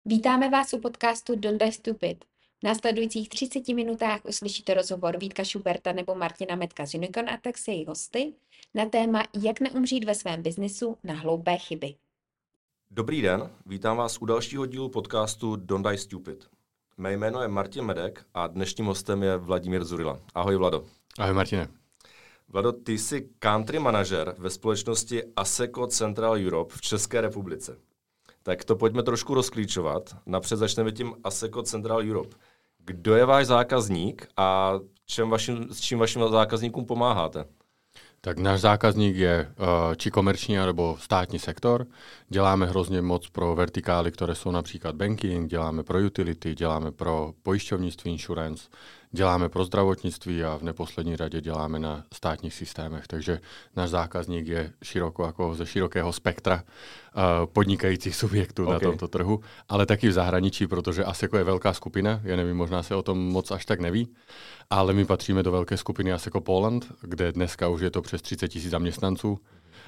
Vítáme vás u podcastu Don't Die Stupid. V následujících 30 minutách uslyšíte rozhovor Vítka Šuberta nebo Martina Metka z Unicorn Attack s její hosty na téma Jak neumřít ve svém biznisu na hloupé chyby. Dobrý den, vítám vás u dalšího dílu podcastu Don't Die Stupid. Mé jméno je Martin Medek a dnešním hostem je Vladimír Dzurilla. Ahoj Vlado. Ahoj Martine. Vlado, ty jsi country manažer ve společnosti ASECO Central Europe v České republice. Tak to pojďme trošku rozklíčovat. Napřed začneme tím ASECO Central Europe. Kdo je váš zákazník a s čím vašim zákazníkům pomáháte? Tak náš zákazník je či komerční nebo státní sektor. Děláme hrozně moc pro vertikály, které jsou například banking, děláme pro utility, děláme pro pojišťovnictví, insurance, děláme pro zdravotnictví a v neposlední řadě děláme na státních systémech. Takže náš zákazník je ze širokého spektra podnikajících subjektů na tomto trhu, ale taky v zahraničí, protože ASECO je velká skupina, já nevím, možná se o tom moc až tak neví, ale my patříme do velké skupiny ASECO Poland, kde dneska už je to přes 30 000 zaměstnanců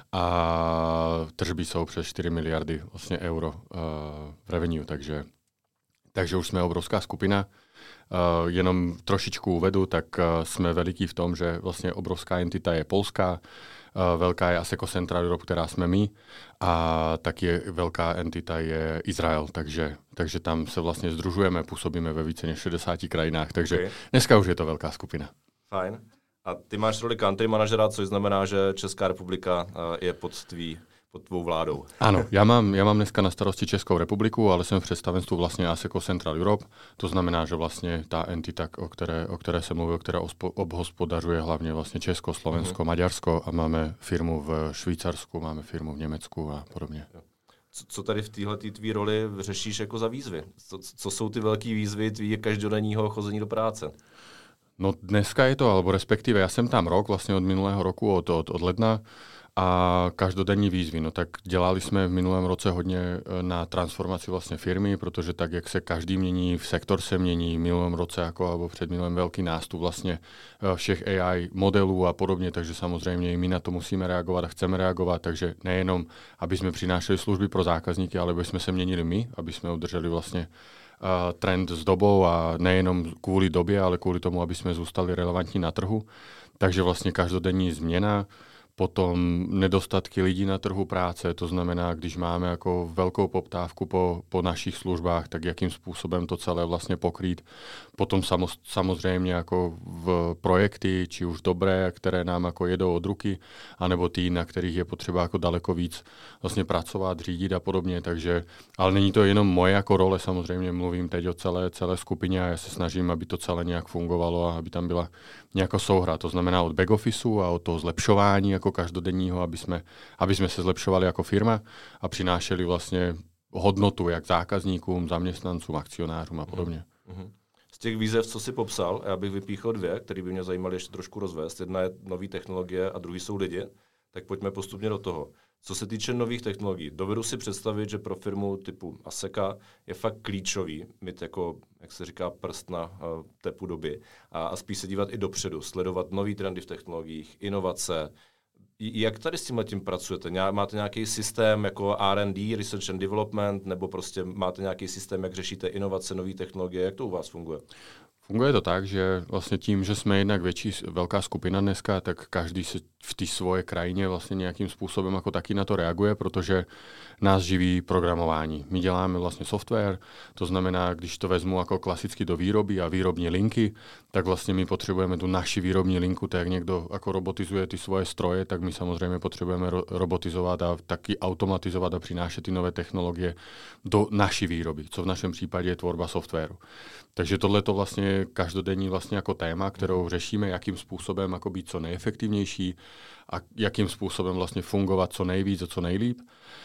a tržby jsou přes 4 miliardy vlastně euro v revenue, takže už jsme obrovská skupina. Jenom trošičku uvedu, tak jsme veliký v tom, že vlastně obrovská entita je polská, velká je ASECO Central Europe, která jsme my, a taky velká entita je Izrael, takže tam se vlastně sdružujeme, působíme ve více než 60 krajinách, takže dneska už je to velká skupina. Fajn. A ty máš roli country manažera, což znamená, že Česká republika je pod tvou vládou. Ano, já mám dneska na starosti Českou republiku, ale jsem v představenstvu vlastně ASECO Central Europe. To znamená, že vlastně ta entita, o které se mluví, která obhospodařuje hlavně vlastně Česko, Slovensko, Maďarsko a máme firmu v Švýcarsku, máme firmu v Německu a podobně. Co tady v téhletý tvý roli řešíš jako za výzvy? Co jsou ty velké výzvy tvý každodenního chození do práce? No dneska je to, alebo respektive já jsem tam rok, vlastně od minulého roku, od ledna, a každodenní výzvy. No tak dělali jsme v minulém roce hodně na transformaci vlastně firmy, protože tak, jak se každý mění, sektor se mění, v minulém roce alebo před minulém velký nástup vlastně všech AI modelů a podobně, takže samozřejmě i my na to musíme reagovat a chceme reagovat, takže nejenom, aby jsme přinášeli služby pro zákazníky, ale aby jsme se měnili my, aby jsme udrželi vlastně trend s dobou a nejenom kvůli době, ale kvůli tomu, aby jsme zůstali relevantní na trhu. Takže vlastně každodenní změna, potom nedostatky lidí na trhu práce, to znamená, když máme jako velkou poptávku po našich službách, tak jakým způsobem to celé vlastně pokrýt. Potom samozřejmě jako v projekty, či už dobré, které nám jako jedou od ruky, anebo ty, na kterých je potřeba jako daleko víc vlastně pracovat, řídit a podobně. Takže, ale není to jenom moje jako role, samozřejmě mluvím teď o celé skupině a já se snažím, aby to celé nějak fungovalo a aby tam byla nějaká souhra. To znamená od back officeu a od toho zlepšování jako každodenního, aby jsme se zlepšovali jako firma a přinášeli vlastně hodnotu jak zákazníkům, zaměstnancům, akcionářům a podobně. Z těch výzev, co jsi popsal, já bych vypíchl dvě, které by mě zajímaly ještě trošku rozvést. Jedna je nový technologie a druhý jsou lidi. Tak pojďme postupně do toho. Co se týče nových technologií, dovedu si představit, že pro firmu typu ASECO je fakt klíčový mít jako, jak se říká, prst na tepu doby a spíš se dívat i dopředu, sledovat nový trendy v technologiích, inovace. Jak tady s tím pracujete? Máte nějaký systém jako R&D, Research and Development, nebo prostě máte nějaký systém, jak řešíte inovace, nové technologie? Jak to u vás funguje? Funguje to tak, že vlastně tím, že jsme jednak velká skupina dneska, tak každý se v té svoje krajině vlastně nějakým způsobem jako taky na to reaguje, protože nás živí programování. My děláme vlastně software, to znamená, když to vezmu jako klasicky do výroby a výrobní linky, tak vlastně my potřebujeme tu naši výrobní linku, tak jak někdo jako robotizuje ty svoje stroje, tak my samozřejmě potřebujeme robotizovat a taky automatizovat a přinášet ty nové technologie do naší výroby, co v našem případě je tvorba softwaru. Takže tohle to vlastně každodenní vlastně jako téma, kterou řešíme, jakým způsobem jako být co nejefektivnější a jakým způsobem vlastně fungovat co nejvíc a co nejlíp.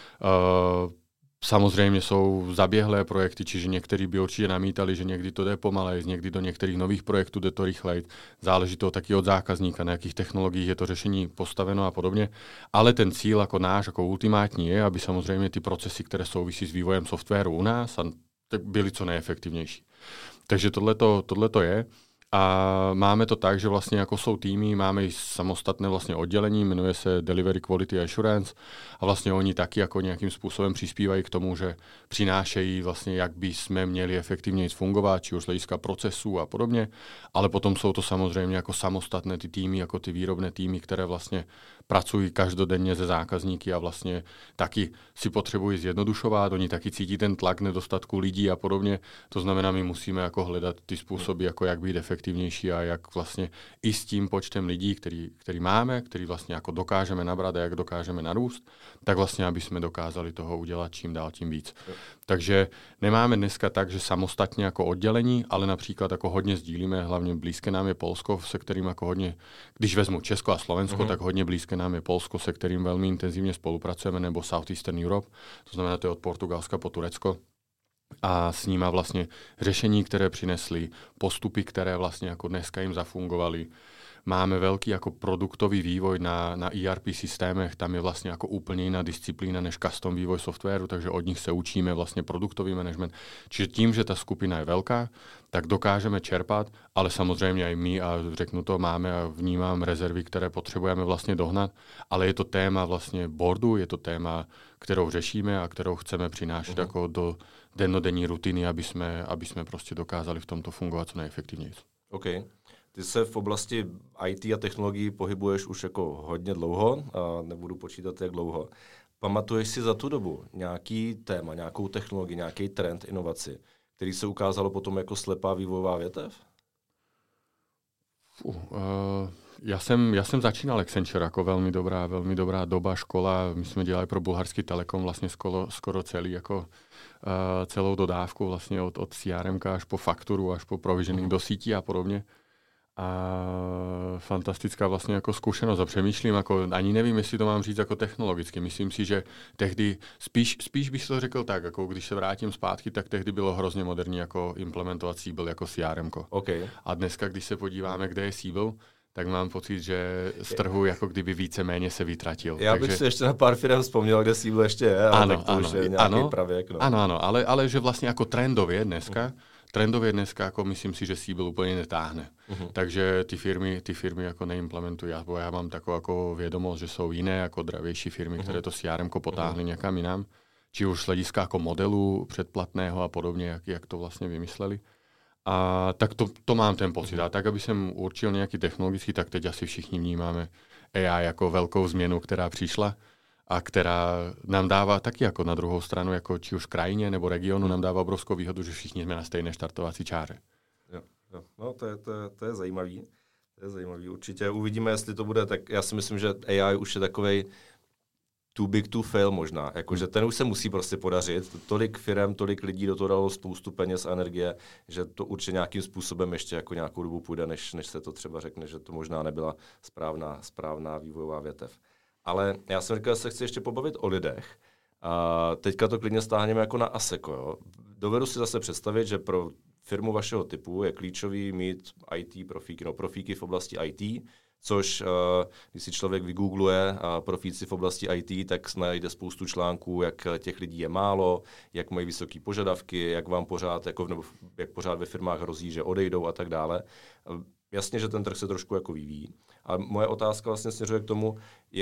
Samozřejmě jsou zaběhlé projekty, čiže někteří by určitě namítali, že někdy to jde pomalej, někdy do některých nových projektů jde to rychleji. Záleží to taky od zákazníka, na jakých technologiích je to řešení postaveno a podobně. Ale ten cíl jako náš, jako ultimátní je, aby samozřejmě ty procesy, které souvisí s vývojem softwaru u nás, byly co nejefektivnější. Takže tohleto je. A máme to tak, že vlastně jako jsou týmy, máme i samostatné vlastně oddělení, jmenuje se Delivery Quality Assurance a vlastně oni taky jako nějakým způsobem přispívají k tomu, že přinášejí vlastně, jak by jsme měli efektivněji fungovat, či už z hlediska procesů a podobně, ale potom jsou to samozřejmě jako samostatné ty týmy, jako ty výrobné týmy, které vlastně pracují každodenně se zákazníky a vlastně taky si potřebují zjednodušovat, oni taky cítí ten tlak nedostatku lidí a podobně. To znamená, my musíme jako hledat ty způsoby, jako jak být efektivnější a jak vlastně i s tím počtem lidí, který máme, který vlastně jako dokážeme nabrat a jak dokážeme narůst, tak vlastně, aby jsme dokázali toho udělat čím dál tím víc. Takže nemáme dneska tak, že samostatně jako oddělení, ale například jako hodně sdílíme, hlavně blízké nám je Polsko, se kterým jako hodně, když vezmu Česko a Slovensko, tak hodně blízké nám je Polsko, se kterým velmi intenzivně spolupracujeme, nebo Southeastern Europe, to znamená, to je od Portugalska po Turecko. A s nima vlastně řešení, které přinesli, postupy, které vlastně jako dneska jim zafungovaly. Máme velký jako produktový vývoj na ERP systémech, tam je vlastně jako úplně jiná disciplína než custom vývoj softwaru, takže od nich se učíme vlastně produktový management. Čiže tím, že ta skupina je velká, tak dokážeme čerpat, ale samozřejmě i my, a řeknu to, máme a vnímám rezervy, které potřebujeme vlastně dohnat, ale je to téma vlastně boardu, je to téma, kterou řešíme a kterou chceme přinášet jako do dennodenní rutiny, aby jsme prostě dokázali v tomto fungovat co nejefektivněji. Okay. Ty se v oblasti IT a technologií pohybuješ už jako hodně dlouho, a nebudu počítat, jak dlouho. Pamatuješ si za tu dobu nějaký téma, nějakou technologii, nějaký trend, inovaci, který se ukázalo potom jako slepá vývojová větev? Já jsem začínal Accenture jako velmi dobrá doba, škola. My jsme dělali pro Bulharský Telekom vlastně skoro celou dodávku vlastně od CRM až po fakturu, až po provisioning do sítí a podobně. A fantastická vlastně jako zkušenost a přemýšlím, jako ani nevím, jestli to mám říct jako technologicky. Myslím si, že tehdy spíš bych to řekl tak, jako když se vrátím zpátky, tak tehdy bylo hrozně moderní jako implementovat Siebel jako CRM. Okay. A dneska, když se podíváme, kde je Siebel, tak mám pocit, že z trhu jako kdyby víceméně se vytratil. Já bych si ještě na pár firm vzpomněl, kde Siebel ještě je, ale tak to už je nějaký pravěk. No. Ano, ale že vlastně jako trendově dneska jako myslím si, že Siebel úplně netáhne. Takže ty firmy jako neimplementují. Já mám takovou jako vědomost, že jsou jiné jako dravější firmy, které to CRM potáhly někam jinam. Či už z hlediska jako modelu předplatného a podobně, jak to vlastně vymysleli. A tak to mám ten pocit. A tak, aby jsem určil nějaký technologický, tak teď asi všichni vnímáme AI jako velkou změnu, která přišla a která nám dává taky jako na druhou stranu, jako či už krajině nebo regionu, nám dává obrovskou výhodu, že všichni jsme na stejné startovací čáře. Jo. No, to je zajímavý. To je zajímavý. Určitě uvidíme, jestli to bude, tak já si myslím, že AI už je takovej too big to fail možná. Jakože ten už se musí prostě podařit. Tolik firem, tolik lidí do toho dalo spoustu peněz a energie, že to určitě nějakým způsobem ještě jako nějakou dobu půjde, než se to třeba řekne, že to možná nebyla správná vývojová větev. Ale já jsem říkal, že se chci ještě pobavit o lidech. A teďka to klidně stáhneme jako na ASECO. Jo? Dovedu si zase představit, že pro firmu vašeho typu je klíčový mít IT profíky, profíky v oblasti IT, což když si člověk vygoogluje profíci v oblasti IT, tak najde spoustu článků, jak těch lidí je málo, jak mají vysoké požadavky, jak vám pořád, nebo jak pořád ve firmách hrozí, že odejdou a tak dále. Jasně, že ten trh se trošku jako vyvíjí. A moje otázka vlastně směřuje k tomu,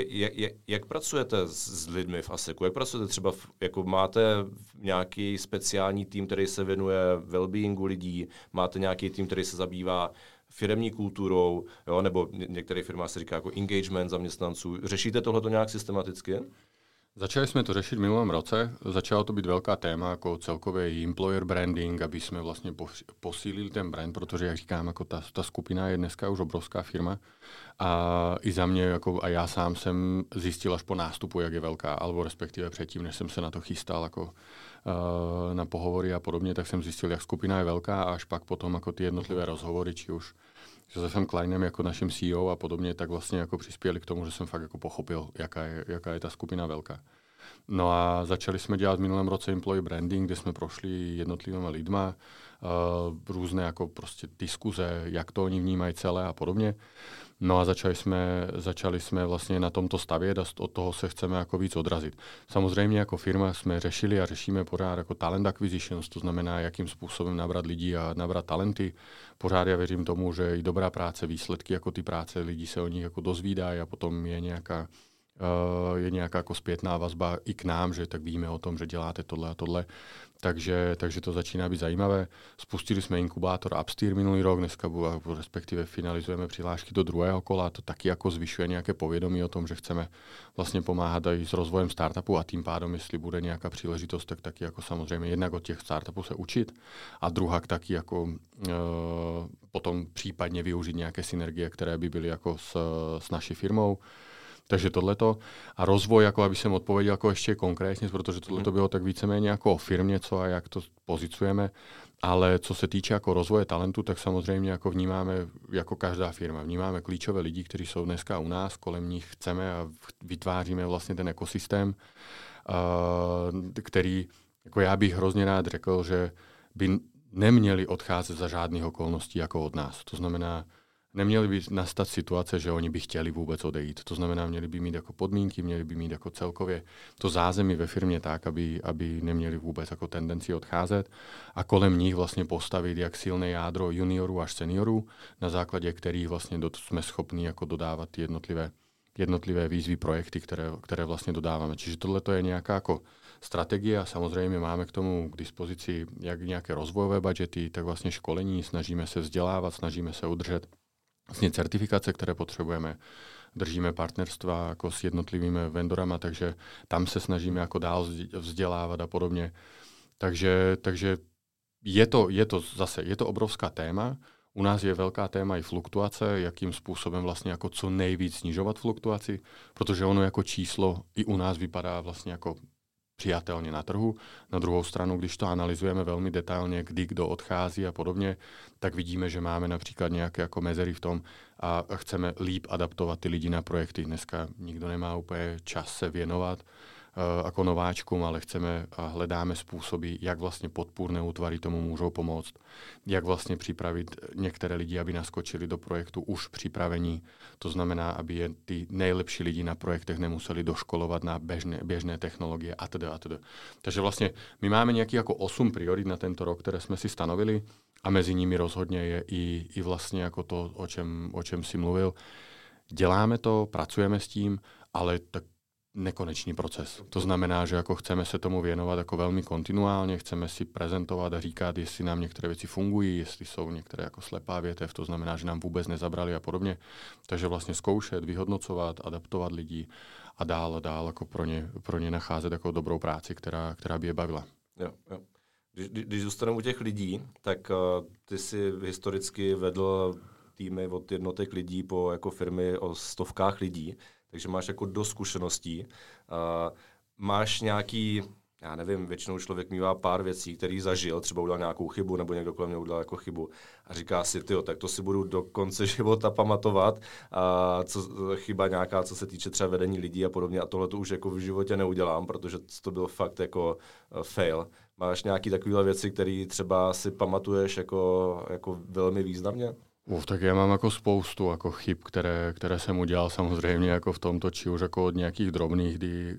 jak pracujete s lidmi v ASECu? Jak pracujete třeba, jako máte nějaký speciální tým, který se věnuje well-beingu lidí, máte nějaký tým, který se zabývá firemní kulturou, jo, nebo některé firma se říká jako engagement zaměstnanců. Řešíte tohleto nějak systematicky? Začali jsme to řešit v minulém roce. Začalo to být velká téma, jako celkově employer branding, aby jsme vlastně posílili ten brand, protože, jak říkám, jako ta skupina je dneska už obrovská firma. A i za mě, jako a já sám jsem zjistil až po nástupu, jak je velká, alebo respektive předtím, než jsem se na to chystal, jako na pohovory a podobně, tak jsem zjistil, jak skupina je velká a až pak potom jako ty jednotlivé rozhovory, či už s Josefem Kleinem jako naším CEO a podobně, tak vlastně jako přispěli k tomu, že jsem fakt jako pochopil, jaká je ta skupina velká. No a začali jsme dělat v minulém roce employee branding, kde jsme prošli jednotlivými lidma, různé jako prostě diskuze, jak to oni vnímají celé a podobně. No a začali jsme vlastně na tomto stavět a od toho se chceme jako víc odrazit. Samozřejmě jako firma jsme řešili a řešíme pořád jako talent acquisitions, to znamená, jakým způsobem nabrat lidi a nabrat talenty. Pořád já věřím tomu, že i dobrá práce, výsledky jako ty práce, lidi se o nich jako dozvídají a potom je nějaká jako zpětná vazba i k nám, že tak víme o tom, že děláte tohle a tohle. Takže to začíná být zajímavé. Spustili jsme inkubátor Upsteer minulý rok, dneska respektive finalizujeme přihlášky do druhého kola, to taky jako zvyšuje nějaké povědomí o tom, že chceme vlastně pomáhat i s rozvojem startupu a tím pádem, jestli bude nějaká příležitost, tak taky jako samozřejmě jednak od těch startupů se učit a druhá taky jako potom případně využít nějaké synergie, které by byly jako s naší firmou. Takže tohleto a rozvoj, jako aby jsem odpověděl jako ještě konkrétně, protože tohleto bylo tak víceméně jako o firmě, co a jak to pozicujeme, ale co se týče jako rozvoje talentu, tak samozřejmě jako vnímáme jako každá firma. Vnímáme klíčové lidi, kteří jsou dneska u nás, kolem nich chceme a vytváříme vlastně ten ekosystém, který, jako já bych hrozně rád řekl, že by neměli odcházet za žádných okolností jako od nás. To znamená, neměly by nastat situace, že oni by chtěli vůbec odejít. To znamená, měli by mít jako podmínky, měli by mít jako celkově to zázemí ve firmě tak, aby neměli vůbec jako tendenci odcházet a kolem nich vlastně postavit jak silné jádro juniorů až seniorů, na základě kterých vlastně jsme schopni jako dodávat jednotlivé výzvy, projekty, které vlastně dodáváme. Čiže tohle je nějaká jako strategie a samozřejmě máme k tomu k dispozici jak nějaké rozvojové budžety, tak vlastně školení, snažíme se vzdělávat, snažíme se udržet vlastně certifikace, které potřebujeme. Držíme partnerstva jako s jednotlivými vendorama, takže tam se snažíme jako dál vzdělávat a podobně. Takže je to obrovská téma. U nás je velká téma i fluktuace, jakým způsobem vlastně jako co nejvíc snižovat fluktuaci, protože ono jako číslo i u nás vypadá vlastně jako přijatelně na trhu. Na druhou stranu, když to analyzujeme velmi detailně, kdy kdo odchází a podobně, tak vidíme, že máme například nějaké jako mezery v tom a chceme líp adaptovat ty lidi na projekty. Dneska nikdo nemá úplně čas se věnovat jako nováčkům, ale chceme a hledáme způsoby, jak vlastně podpůrné útvary tomu můžou pomoct, jak vlastně připravit některé lidi, aby naskočili do projektu už připravení. To znamená, aby je ty nejlepší lidi na projektech nemuseli doškolovat na běžné technologie atd. Takže vlastně my máme nějaký jako 8 priorit na tento rok, které jsme si stanovili a mezi nimi rozhodně je i vlastně jako to, o čem si mluvil. Děláme to, pracujeme s tím, ale tak nekonečný proces. To znamená, že jako chceme se tomu věnovat jako velmi kontinuálně, chceme si prezentovat a říkat, jestli nám některé věci fungují, jestli jsou některé jako slepá větev, to znamená, že nám vůbec nezabrali a podobně. Takže vlastně zkoušet, vyhodnocovat, adaptovat lidi a dál jako pro ně nacházet jako dobrou práci, která by je bavila. Jo. Když zůstaneme u těch lidí, tak ty jsi historicky vedl týmy od jednotek lidí po jako firmy o stovkách lidí, takže máš jako dost zkušeností. Máš nějaký, já nevím, většinou člověk mívá pár věcí, který zažil, třeba udělal nějakou chybu, nebo někdo kolem mě udělal jako chybu a říká si, tak to si budu do konce života pamatovat, chyba nějaká, co se týče třeba vedení lidí a podobně, a tohle to už jako v životě neudělám, protože to byl fakt jako fail. Máš nějaký takovéhle věci, které třeba si pamatuješ jako velmi významně? Tak já mám jako spoustu jako chyb, které jsem udělal samozřejmě jako v tomto, či už jako od nějakých drobných,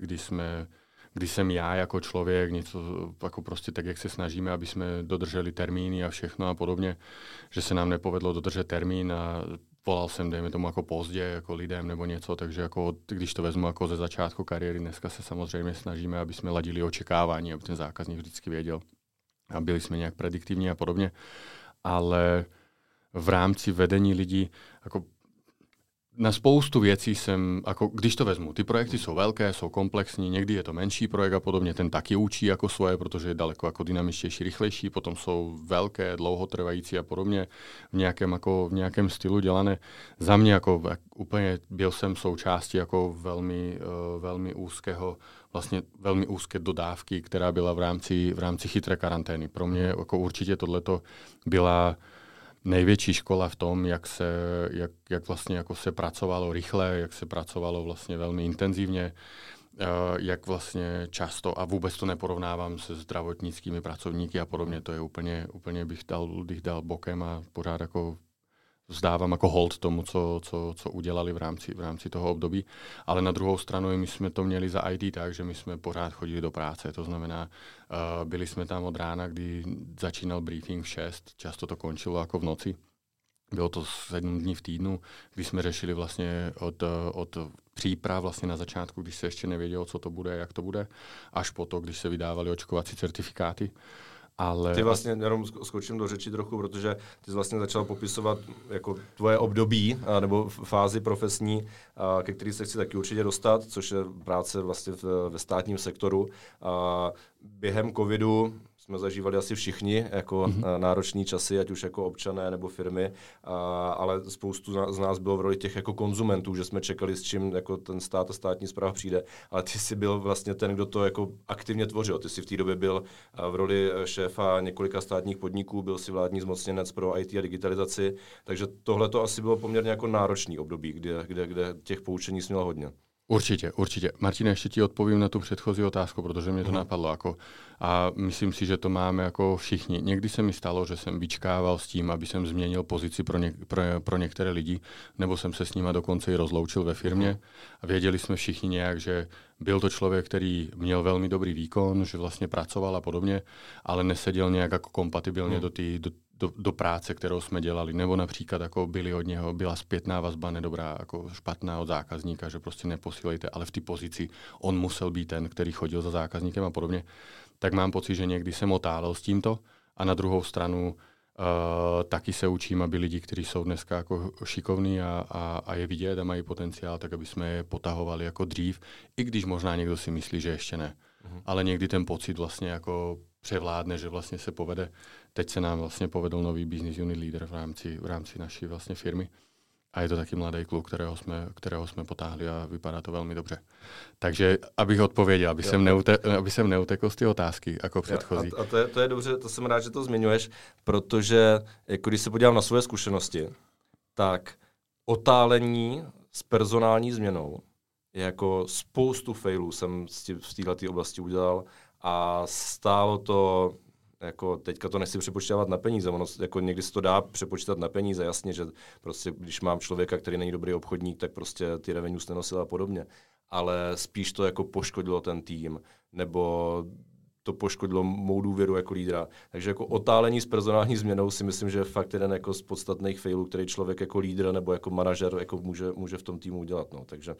kdy jsem já jako člověk něco jako prostě tak, jak se snažíme, aby jsme dodrželi termíny a všechno a podobně, že se nám nepovedlo dodržet termín a volal jsem, dejme tomu, jako pozdě jako lidem nebo něco, takže jako, když to vezmu jako ze začátku kariéry, dneska se samozřejmě snažíme, aby jsme ladili očekávání, aby ten zákazník vždycky věděl a byli jsme nějak prediktivní a podobně, ale v rámci vedení lidí, jako na spoustu věcí jsem, jako když to vezmu, ty projekty jsou velké, jsou komplexní, někdy je to menší projekt a podobně, ten taky učí jako svoje, protože je daleko jako dynamičtější, rychlejší, potom jsou velké, dlouhotrvající a podobně, v nějakém stylu dělané. Za mě jako úplně byl jsem součástí jako velmi úzkého, vlastně velmi úzké dodávky, která byla v rámci chytré karantény. Pro mě jako určitě tohleto byla největší škola v tom, jak vlastně jako se pracovalo rychle, jak se pracovalo vlastně velmi intenzivně. jak vlastně často, a vůbec to neporovnávám se zdravotnickými pracovníky a podobně, to je úplně bych dal bokem a pořád jako vzdávám jako hold tomu, co udělali v rámci toho období. Ale na druhou stranu my jsme to měli za IT tak, že my jsme pořád chodili do práce. To znamená, byli jsme tam od rána, kdy začínal briefing v 6, často to končilo jako v noci. Bylo to 7 dní v týdnu, kdy jsme řešili vlastně od příprav vlastně na začátku, když se ještě nevědělo, co to bude, jak to bude, až po to, když se vydávaly očkovací certifikáty. Ale... Ty vlastně, jenom skočím do řeči trochu, protože ty jsi vlastně začal popisovat jako tvoje období nebo fázi profesní, ke který se chci taky určitě dostat, což je práce vlastně ve státním sektoru. Během covidu jsme zažívali asi všichni jako náročný časy, ať už jako občané nebo firmy, ale spoustu z nás bylo v roli těch jako konzumentů, že jsme čekali, s čím jako ten stát a státní správa přijde, ale ty jsi byl vlastně ten, kdo to jako aktivně tvořil. Ty jsi v té době byl v roli šéfa několika státních podniků, byl si vládní zmocněnec pro IT a digitalizaci, takže tohle to asi bylo poměrně jako náročný období, kde těch poučení jsi měl hodně. Určitě. Martine, ještě ti odpovím na tu předchozí otázku, protože mě to napadlo. A myslím si, že to máme jako všichni. Někdy se mi stalo, že jsem vyčkával s tím, aby jsem změnil pozici pro některé lidi, nebo jsem se s nimi dokonce i rozloučil ve firmě. A věděli jsme všichni nějak, že byl to člověk, který měl velmi dobrý výkon, že vlastně pracoval a podobně, ale neseděl nějak jako kompatibilně do práce, kterou jsme dělali, nebo například jako byla zpětná vazba nedobrá, jako špatná od zákazníka, že prostě neposílejte, ale v té pozici on musel být ten, který chodil za zákazníkem a podobně. Tak mám pocit, že někdy jsem otálel s tímto a na druhou stranu taky se učím, aby lidi, kteří jsou dneska jako šikovní a je vidět a mají potenciál, tak aby jsme je potahovali jako dřív, i když možná někdo si myslí, že ještě ne. Ale někdy ten pocit vlastně jako převládne, že vlastně se povede. Teď se nám vlastně povedl nový business unit leader v rámci naší vlastně firmy. A je to taky mladý kluk, kterého jsme potáhli a vypadá to velmi dobře. Takže abych odpověděl, aby jsem neutekl z ty otázky jako předchozí. A to je dobře, to jsem rád, že to zmiňuješ, protože jako když se podívám na svoje zkušenosti, tak otálení s personální změnou je jako spoustu failů jsem v této oblasti udělal a stálo to, jako teďka to nechci přepočítávat na peníze, ono jako někdy se to dá přepočítat na peníze, jasně, že prostě když mám člověka, který není dobrý obchodník, tak prostě ty revenues nenosil a podobně, ale spíš to jako poškodilo ten tým, nebo to poškodilo mou důvěru jako lídra. Takže jako otálení s personální změnou si myslím, že je fakt jeden jako z podstatných failů, který člověk jako lídr nebo jako manažer jako může v tom týmu udělat. No. Takže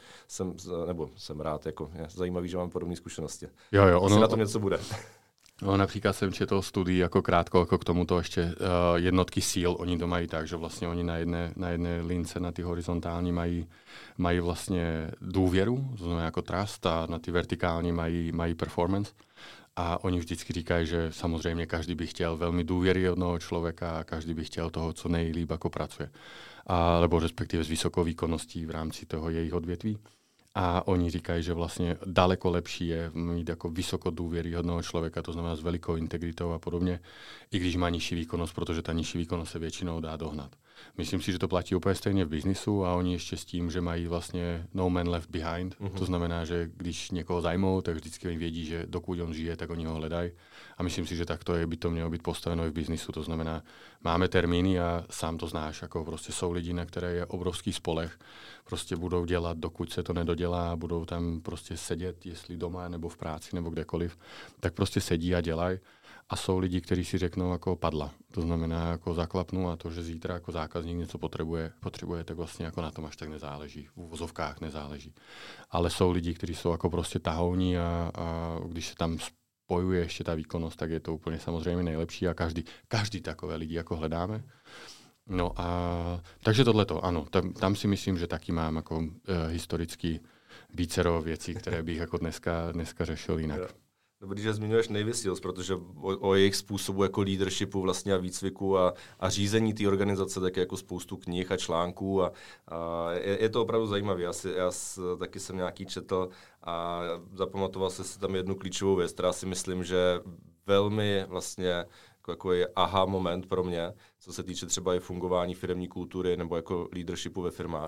jsem rád, jako je zajímavý, že mám podobné zkušenosti. Ono na tom něco bude. No, například jsem četl studii jako krátko jako k tomuto ještě jednotky síl, oni to mají tak, že vlastně oni na jedné lince, na ty horizontální mají vlastně důvěru, to znamená jako trust, a na ty vertikální mají performance. A oni vždycky říkají, že samozřejmě každý by chtěl velmi důvěryhodného člověka a každý by chtěl toho, co nejlíp jako pracuje. Nebo respektive s vysokou výkonností v rámci toho jejich odvětví. A oni říkají, že vlastně daleko lepší je mít jako vysoko důvěryhodného člověka, to znamená s velikou integritou a podobně, i když má nižší výkonnost, protože ta nižší výkonnost se většinou dá dohnat. Myslím si, že to platí úplně stejně v biznisu a oni ještě s tím, že mají vlastně no man left behind. To znamená, že když někoho zajmou, tak vždycky oni vědí, že dokud on žije, tak oni ho hledají. A myslím si, že takto by to mělo být postaveno i v biznisu. To znamená, máme termíny a sám to znáš, jako prostě jsou lidi, na které je obrovský spoleh. Prostě budou dělat, dokud se to nedodělá a budou tam prostě sedět, jestli doma nebo v práci nebo kdekoliv, tak prostě sedí a dělají. A jsou lidi, kteří si řeknou jako padla. To znamená jako zaklapnu a to, že zítra jako zákazník něco potřebuje, tak vlastně jako na tom až tak nezáleží. V uvozovkách nezáleží. Ale jsou lidi, kteří jsou jako prostě tahouní a když se tam spojuje ještě ta výkonnost, tak je to úplně samozřejmě nejlepší a každý takové lidi jako hledáme. No a takže tohleto, ano, tam si myslím, že taky mám jako historicky vícero věcí, které bych jako dneska řešil jinak. Dobrý, že zmiňuješ Navy Seals, protože o jejich způsobu jako leadershipu vlastně a výcviku a řízení té organizace, tak jako spoustu knih a článků a je to opravdu zajímavé. Já taky jsem nějaký četl a zapamatoval jsem si tam jednu klíčovou věc, která si myslím, že velmi vlastně jako je aha moment pro mě, co se týče třeba i fungování firemní kultury nebo jako leadershipu ve firmách,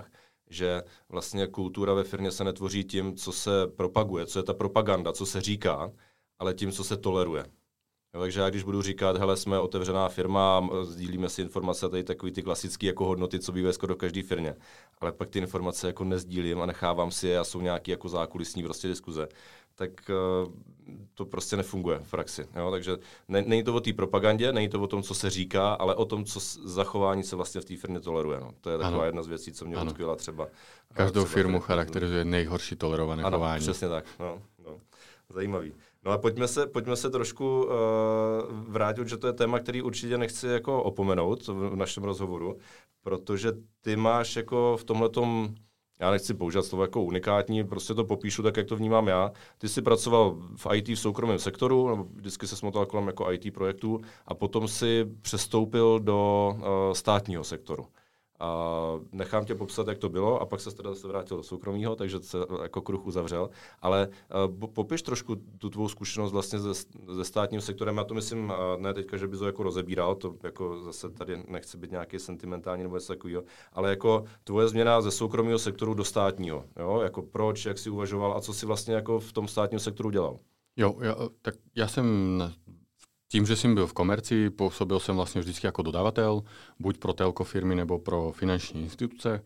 že vlastně kultura ve firmě se netvoří tím, co se propaguje, co je ta propaganda, co se říká, ale tím, co se toleruje. Jo, takže já když budu říkat, hele, jsme otevřená firma, sdílíme si informace, tady takový ty klasické jako hodnoty, co bývají skoro v každé firmě, ale pak ty informace jako nezdílím a nechávám si je a jsou nějaké jako zákulisní prostě diskuze, tak to prostě nefunguje v praxi. Jo? Takže není to o té propagandě, není to o tom, co se říká, ale o tom, co zachování se vlastně v té firmě toleruje. No. To je taková jedna z věcí, co mě utkvěla třeba. Každou firmu charakterizuje nejhorší tolerované chování. Ano, přesně tak. No. Zajímavý. No a pojďme se trošku vrátit, že to je téma, který určitě nechci jako opomenout v našem rozhovoru, protože ty máš jako v tomhletom, já nechci používat slovo jako unikátní, prostě to popíšu tak, jak to vnímám já. Ty jsi pracoval v IT v soukromém sektoru, nebo vždycky se smotal kolem jako IT projektů a potom si přestoupil do státního sektoru. A nechám tě popsat, jak to bylo, a pak se teda zase vrátil do soukromého, takže se jako kruh uzavřel. Ale popiš trošku tu tvou zkušenost vlastně se státním sektorem. Já to myslím, ne teďka, že bys ho jako rozebíral, to jako zase tady nechci být nějaký sentimentální nebo něco takového, ale jako tvoje změna ze soukromého sektoru do státního. Jo? Jako proč, jak jsi uvažoval a co jsi vlastně jako v tom státním sektoru dělal? Tak já jsem tím, že jsem byl v komerci, působil jsem vlastně vždycky jako dodavatel, buď pro telko firmy nebo pro finanční instituce.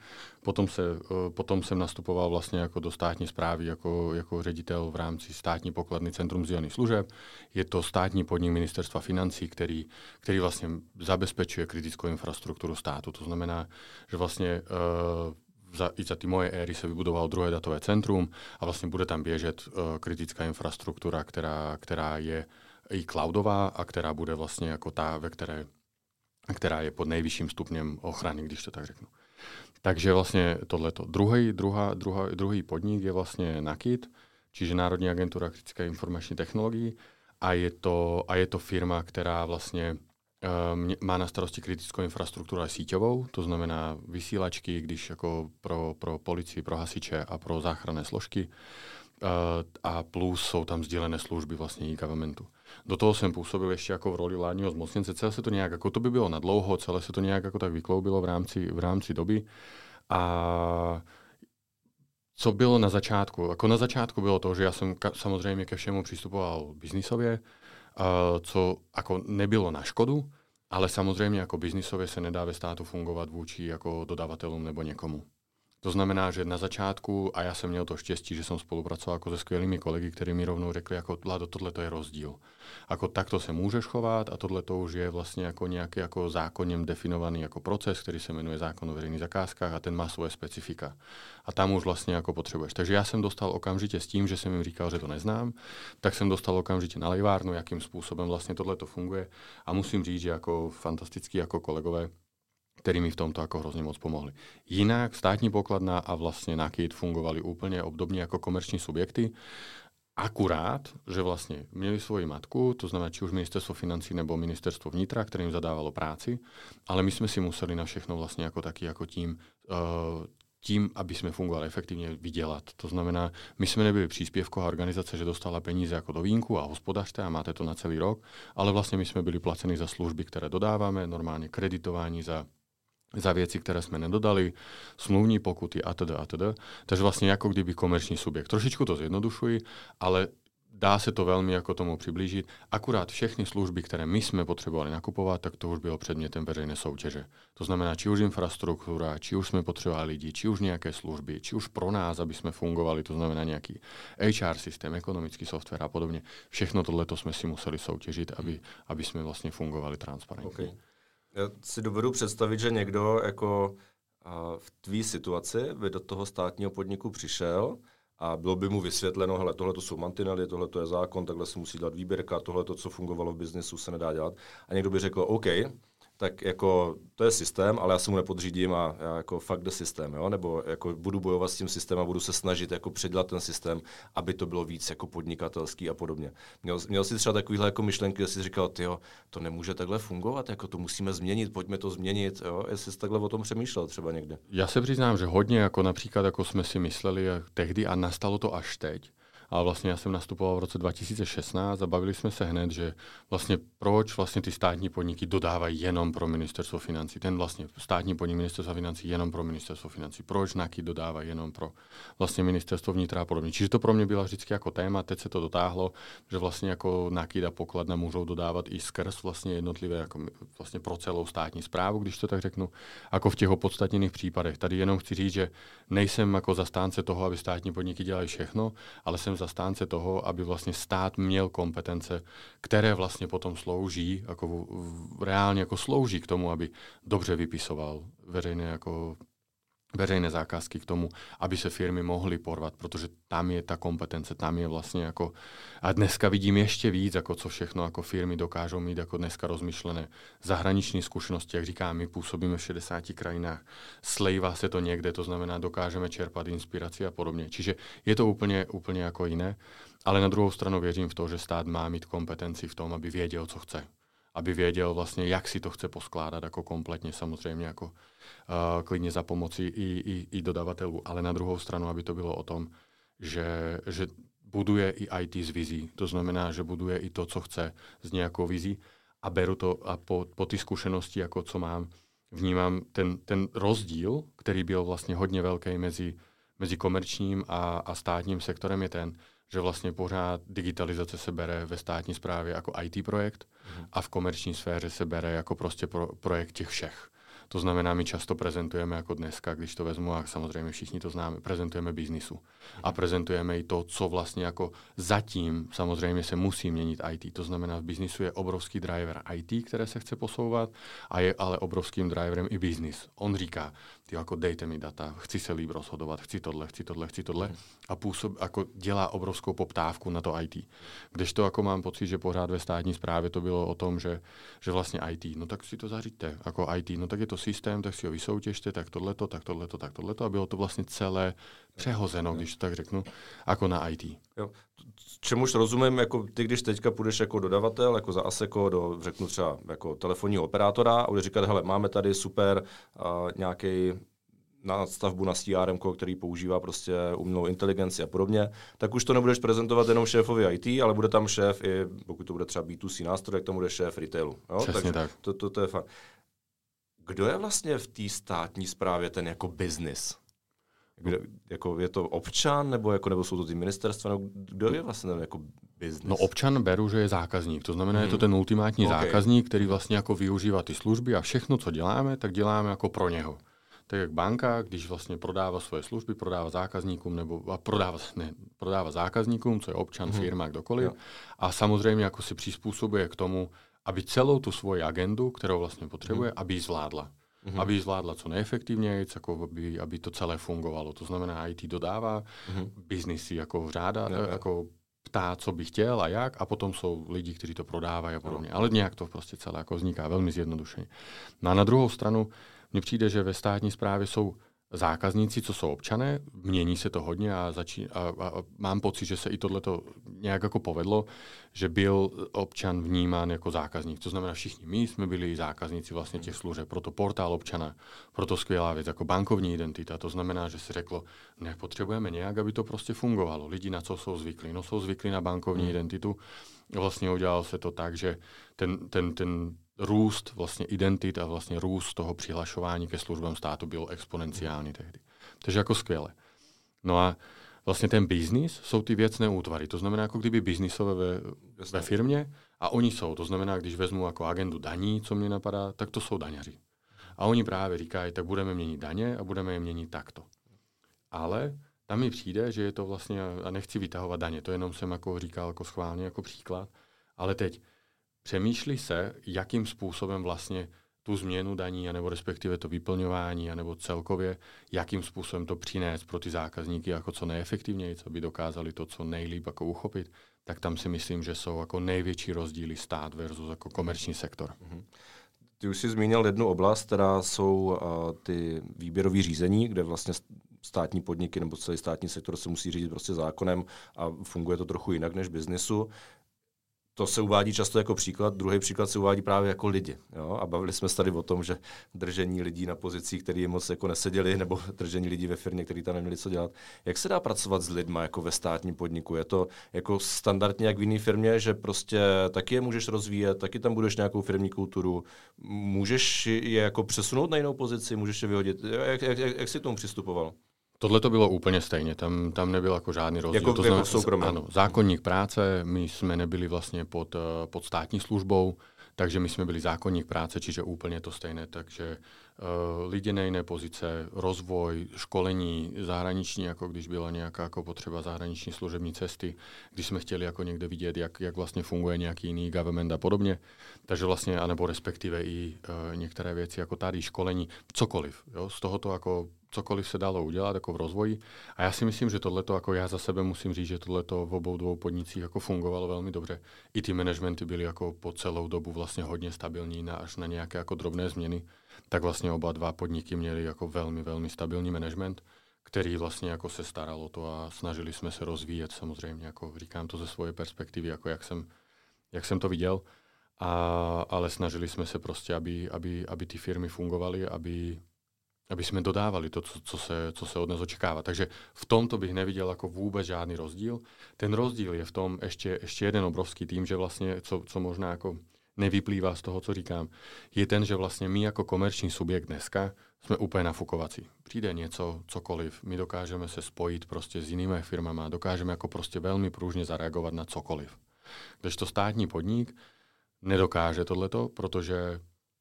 Potom jsem nastupoval vlastně jako do státní správy jako ředitel v rámci státní pokladny Centrum sdílených služeb. Je to státní podnik Ministerstva financí, který vlastně zabezpečuje kritickou infrastrukturu státu. To znamená, že vlastně i za ty moje éry se vybudovalo druhé datové centrum a vlastně bude tam běžet kritická infrastruktura, která je i cloudová a která bude vlastně jako ta, která je pod nejvyšším stupněm ochrany, když to tak řeknu. Takže vlastně tohleto. Druhý podnik je vlastně NAKIT, čiže Národní agentura kritické informační technologií, a je to firma, která vlastně má na starosti kritickou infrastrukturu síťovou, to znamená vysílačky, když jako pro policii, pro hasiče a pro záchranné složky, a plus jsou tam sdílené služby vlastně e-governmentu. Do toho jsem působil ještě jako v roli vládního zmocněnce, celé se to nějak, jako to by bylo nadlouho, celé se to nějak jako tak vykloubilo v rámci doby. A co bylo na začátku? Jako na začátku bylo to, že já jsem samozřejmě ke všemu přistupoval biznisově, co jako nebylo na škodu, ale samozřejmě jako biznisově se nedá ve státu fungovat vůči jako dodavatelům nebo někomu. To znamená, že na začátku, a já jsem měl to štěstí, že jsem spolupracoval jako se skvělými kolegy, kteří mi rovnou řekli, jako Lado, tohle to je rozdíl. Ako takto se můžeš chovat a tohle to už je vlastně jako nějaký jako zákonem definovaný jako proces, který se jmenuje zákon o veřejných zakázkách a ten má svoje specifika. A tam už vlastně jako potřebuješ. Takže já jsem dostal okamžitě s tím, že jsem jim říkal, že to neznám, tak jsem dostal okamžitě na lejvárnu, jakým způsobem vlastně tohle to funguje, a musím říct, že jako fantastický jako kolegové, který mi v tomto jako hrozně moc pomohli. Jinak státní pokladna a vlastně NAKIT fungovali úplně obdobně jako komerční subjekty, akurát, že vlastně měli svoji matku, to znamená či už ministerstvo financí nebo ministerstvo vnitra, které jim zadávalo práci, ale my jsme si museli na všechno vlastně jako taky jako tím, aby jsme fungovali efektivně, vydělat. To znamená, my jsme nebyli příspěvková organizace, že dostala peníze jako do vínku a hospodařte a máte to na celý rok, ale vlastně my jsme byli placeni za služby, které dodáváme, normálně kreditování za věci, které jsme nedodali, smluvní pokuty atd. Takže vlastně jako kdyby komerční subjekt. Trošičku to zjednodušuji, ale dá se to velmi jako tomu přiblížit. Akurát všechny služby, které my jsme potřebovali nakupovat, tak to už bylo předmětem veřejné soutěže. To znamená, či už infrastruktura, či už jsme potřebovali lidi, či už nějaké služby, či už pro nás, aby jsme fungovali, to znamená nějaký HR systém, ekonomický software a podobně. Všechno tohleto jsme si museli soutěžit, aby jsme vlastně fungovali transparentně. Okay. Já si dovedu představit, že někdo jako v tvý situaci by do toho státního podniku přišel a bylo by mu vysvětleno, hele, tohle to jsou mantinely, tohle to je zákon, takhle se musí dělat výběrka, tohle to, co fungovalo v biznesu, se nedá dělat. A někdo by řekl, OK, tak jako to je systém, ale já se mu nepodřídím a já jako fakt systém, jo? Nebo jako budu bojovat s tím systémem a budu se snažit jako předělat ten systém, aby to bylo víc jako podnikatelský a podobně. Měl jsi třeba takovýhle jako myšlenky, že jsi říkal, tyjo, to nemůže takhle fungovat, jako to musíme změnit, pojďme to změnit, jo? Jestli jsi takhle o tom přemýšlel třeba někde. Já se přiznám, že hodně jako například jako jsme si mysleli tehdy a nastalo to až teď. ale vlastně já jsem nastupoval v roce 2016 a bavili jsme se hned, že vlastně proč vlastně ty státní podniky dodávají jenom pro ministerstvo financí. Ten vlastně státní podnik ministerstva financí jenom pro ministerstvo financí. Proč NAKY dodávají jenom pro vlastně ministerstvo vnitra a podobně. Čiže to pro mě bylo vždycky jako téma, teď se to dotáhlo, že vlastně jako NAKY a pokladna můžou dodávat i skrz vlastně jednotlivé jako vlastně pro celou státní správu, když to tak řeknu, jako v těch opodstatněných případech. Tady jenom chci říct, že nejsem jako zastánce toho, aby státní podniky dělají všechno, ale jsem zastánce toho, aby vlastně stát měl kompetence, které vlastně potom slouží, jako reálně jako slouží k tomu, aby dobře vypisoval veřejné zákazky k tomu, aby se firmy mohly porvat, protože tam je ta kompetence, tam je vlastně jako, a dneska vidím ještě víc, jako co všechno jako firmy dokážou mít jako dneska rozmyšlené zahraniční zkušenosti, jak říkám, my působíme v 60 krajinách, slejvá se to někde, to znamená, dokážeme čerpat inspiraci a podobně. Čiže je to úplně jako jiné, ale na druhou stranu věřím v to, že stát má mít kompetenci v tom, aby věděl, co chce. Aby věděl vlastně, jak si to chce poskládat jako kompletně, samozřejmě jako klidně za pomoci i dodavatelů, ale na druhou stranu, aby to bylo o tom, že buduje i IT s vizí. To znamená, že buduje i to, co chce s nějakou vizí a beru to a po ty zkušenosti, jako co mám, vnímám ten rozdíl, který byl vlastně hodně velký mezi komerčním a státním sektorem je ten, že vlastně pořád digitalizace se bere ve státní správě jako IT projekt a v komerční sféře se bere jako prostě projekt těch všech. To znamená, my často prezentujeme jako dneska, když to vezmu, a samozřejmě všichni to známe, prezentujeme biznisu. A prezentujeme i to, co vlastně jako zatím samozřejmě se musí měnit IT. To znamená, v biznisu je obrovský driver IT, které se chce posouvat, a je ale obrovským driverem i biznis. On říká, ty jako dejte mi data, chci se líp rozhodovat, chci tohle a jako dělá obrovskou poptávku na to IT. Kdežto jako mám pocit, že pořád ve státní správě to bylo o tom, že vlastně IT, no tak si to zařiďte, jako IT, no tak je to systém, tak si ho vysoutěžte, tak tohleto, a bylo to vlastně celé přehozeno, když to tak řeknu, jako na IT. Jo. Čemuž rozumím, jako ty, když teďka půjdeš jako dodavatel, jako za ASECO, řeknu třeba jako telefonního operátora a budeš říkat, hele, máme tady super nějaký nadstavbu na CRM, který používá prostě umělou inteligenci a podobně, tak už to nebudeš prezentovat jenom šéfovi IT, ale bude tam šéf i, pokud to bude třeba B2C nástroj, tak tam bude šéf retailu. Jo? Přesně tak. To je fakt. Kdo je vlastně v té státní správě ten jako biznis? Jako je to občan, nebo jsou to ty ministerstva, nebo kdo je vlastně ten jako biznis? No občan beru, že je zákazník, to znamená, je to ten ultimátní zákazník, který vlastně jako využívá ty služby a všechno, co děláme, tak děláme jako pro něho. Tak jak banka, když vlastně prodává svoje služby, prodává zákazníkům, prodává zákazníkům, co je občan, firma, kdokoliv. Jo. A samozřejmě jako si přizpůsobuje k tomu, aby celou tu svoji agendu, kterou vlastně potřebuje, aby ji zvládla. Aby ji zvládla co nejefektivněji, jako aby to celé fungovalo. To znamená, IT dodává, biznis si jako řádá, jako ptá, co by chtěl a jak, a potom jsou lidi, kteří to prodávají a podobně. Ale nějak to prostě celé jako vzniká velmi zjednodušeně. No a na druhou stranu mně přijde, že ve státní správě jsou zákazníci, co jsou občané, mění se to hodně a mám pocit, že se i tohleto nějak jako povedlo, že byl občan vnímán jako zákazník. To znamená, všichni my jsme byli zákazníci vlastně těch služeb, proto portál občana, proto skvělá věc, jako bankovní identita. To znamená, že se řeklo, nepotřebujeme nějak, aby to prostě fungovalo. Lidi na co jsou zvyklí? No jsou zvyklí na bankovní identitu. Vlastně udělalo se to tak, že ten růst vlastně identit a vlastně růst toho přihlašování ke službám státu byl exponenciální tehdy. Takže jako skvěle. No a vlastně ten biznis jsou ty věcné útvary. To znamená, jako kdyby biznisové ve firmě a oni jsou. To znamená, když vezmu jako agendu daní, co mě napadá, tak to jsou daňaři. A oni právě říkají, tak budeme měnit daně a budeme je měnit takto. Ale tam mi přijde, že je to vlastně, a nechci vytahovat daně, to jenom jsem jako říkal jako schválně jako příklad, ale teď přemýšlí se, jakým způsobem vlastně tu změnu daní, anebo respektive to vyplňování, anebo celkově, jakým způsobem to přinést pro ty zákazníky jako co nejefektivněji, aby dokázali to co nejlíp jako uchopit, tak tam si myslím, že jsou jako největší rozdíly stát versus jako komerční sektor. Ty už jsi zmínil jednu oblast, která jsou ty výběrové řízení, kde vlastně státní podniky nebo celý státní sektor se musí řídit prostě zákonem a funguje to trochu jinak než v biznesu. to se uvádí často jako příklad, druhý příklad se uvádí právě jako lidi. Jo? A bavili jsme se tady o tom, že držení lidí na pozicích, které jim moc jako neseděli, nebo držení lidí ve firmě, kteří tam neměli co dělat. Jak se dá pracovat s lidma jako ve státním podniku? Je to jako standardně jak v jiné firmě, že prostě taky je můžeš rozvíjet, taky tam budeš nějakou firmní kulturu, můžeš je jako přesunout na jinou pozici, můžeš je vyhodit. Jak jsi k tomu přistupoval? Tohle to bylo úplně stejně, tam nebyl jako žádný rozdíl. Jako, to znamená, jako soukromé. Ano, zákonník práce, my jsme nebyli vlastně pod státní službou, takže my jsme byli zákonník práce, čiže úplně to stejné. Takže lidi na jiné pozice, rozvoj, školení, zahraniční, jako když byla nějaká jako potřeba zahraniční služební cesty, když jsme chtěli jako někde vidět, jak vlastně funguje nějaký jiný government a podobně. Takže vlastně, anebo respektive i některé věci jako tady, školení, cokoliv. Jo? Z tohoto jako cokoliv se dalo udělat jako v rozvoji. A já si myslím, že tohleto, jako já za sebe musím říct, že tohleto v obou dvou podnicích jako fungovalo velmi dobře. I ty managementy byly jako po celou dobu vlastně hodně stabilní až na nějaké jako drobné změny. Tak vlastně oba dva podniky měli jako velmi, velmi stabilní management, který vlastně jako se staral o to a snažili jsme se rozvíjet samozřejmě, jako říkám to ze svoje perspektivy, jako jak jsem to viděl. Ale snažili jsme se prostě, aby ty firmy fungovaly, aby jsme dodávali to, co se od nás očekává. Takže v tomto bych neviděl jako vůbec žádný rozdíl. Ten rozdíl je v tom ještě jeden obrovský tým, že vlastně, co možná jako nevyplývá z toho, co říkám, je ten, že vlastně my jako komerční subjekt dneska jsme úplně nafukovací. Přijde něco, cokoliv, my dokážeme se spojit prostě s jinými firmami, dokážeme jako prostě velmi pružně zareagovat na cokoliv. Kdežto státní podnik nedokáže tohleto, protože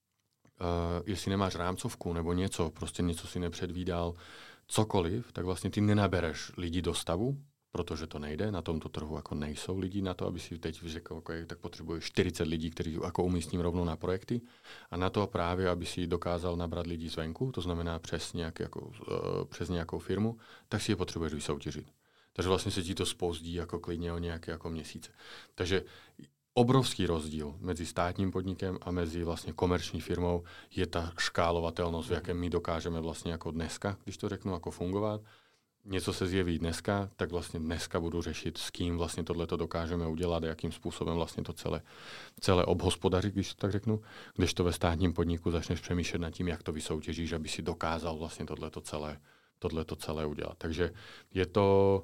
jestli nemáš rámcovku nebo něco si nepředvídal, cokoliv, tak vlastně ty nenabereš lidi do stavu, protože to nejde, na tomto trhu jako nejsou lidi na to, aby si teď řekl, okay, tak potřebuješ 40 lidí, kteří jako umístím rovnou na projekty a na to právě, aby si dokázal nabrat lidi zvenku, to znamená přes nějakou firmu, tak si je potřebuješ vysoutěžit. Takže vlastně se ti to spozdí jako klidně o nějaké jako měsíce. Takže obrovský rozdíl mezi státním podnikem a mezi vlastně komerční firmou je ta škálovatelnost, v jaké my dokážeme vlastně jako dneska, když to řeknu, jako fungovat. Něco se zjeví dneska, tak vlastně dneska budu řešit, s kým vlastně tohleto dokážeme udělat a jakým způsobem vlastně to celé obhospodařit, když to tak řeknu. Když to ve státním podniku začneš přemýšlet nad tím, jak to vysoutěžíš, aby si dokázal vlastně tohleto celé udělat. Takže je to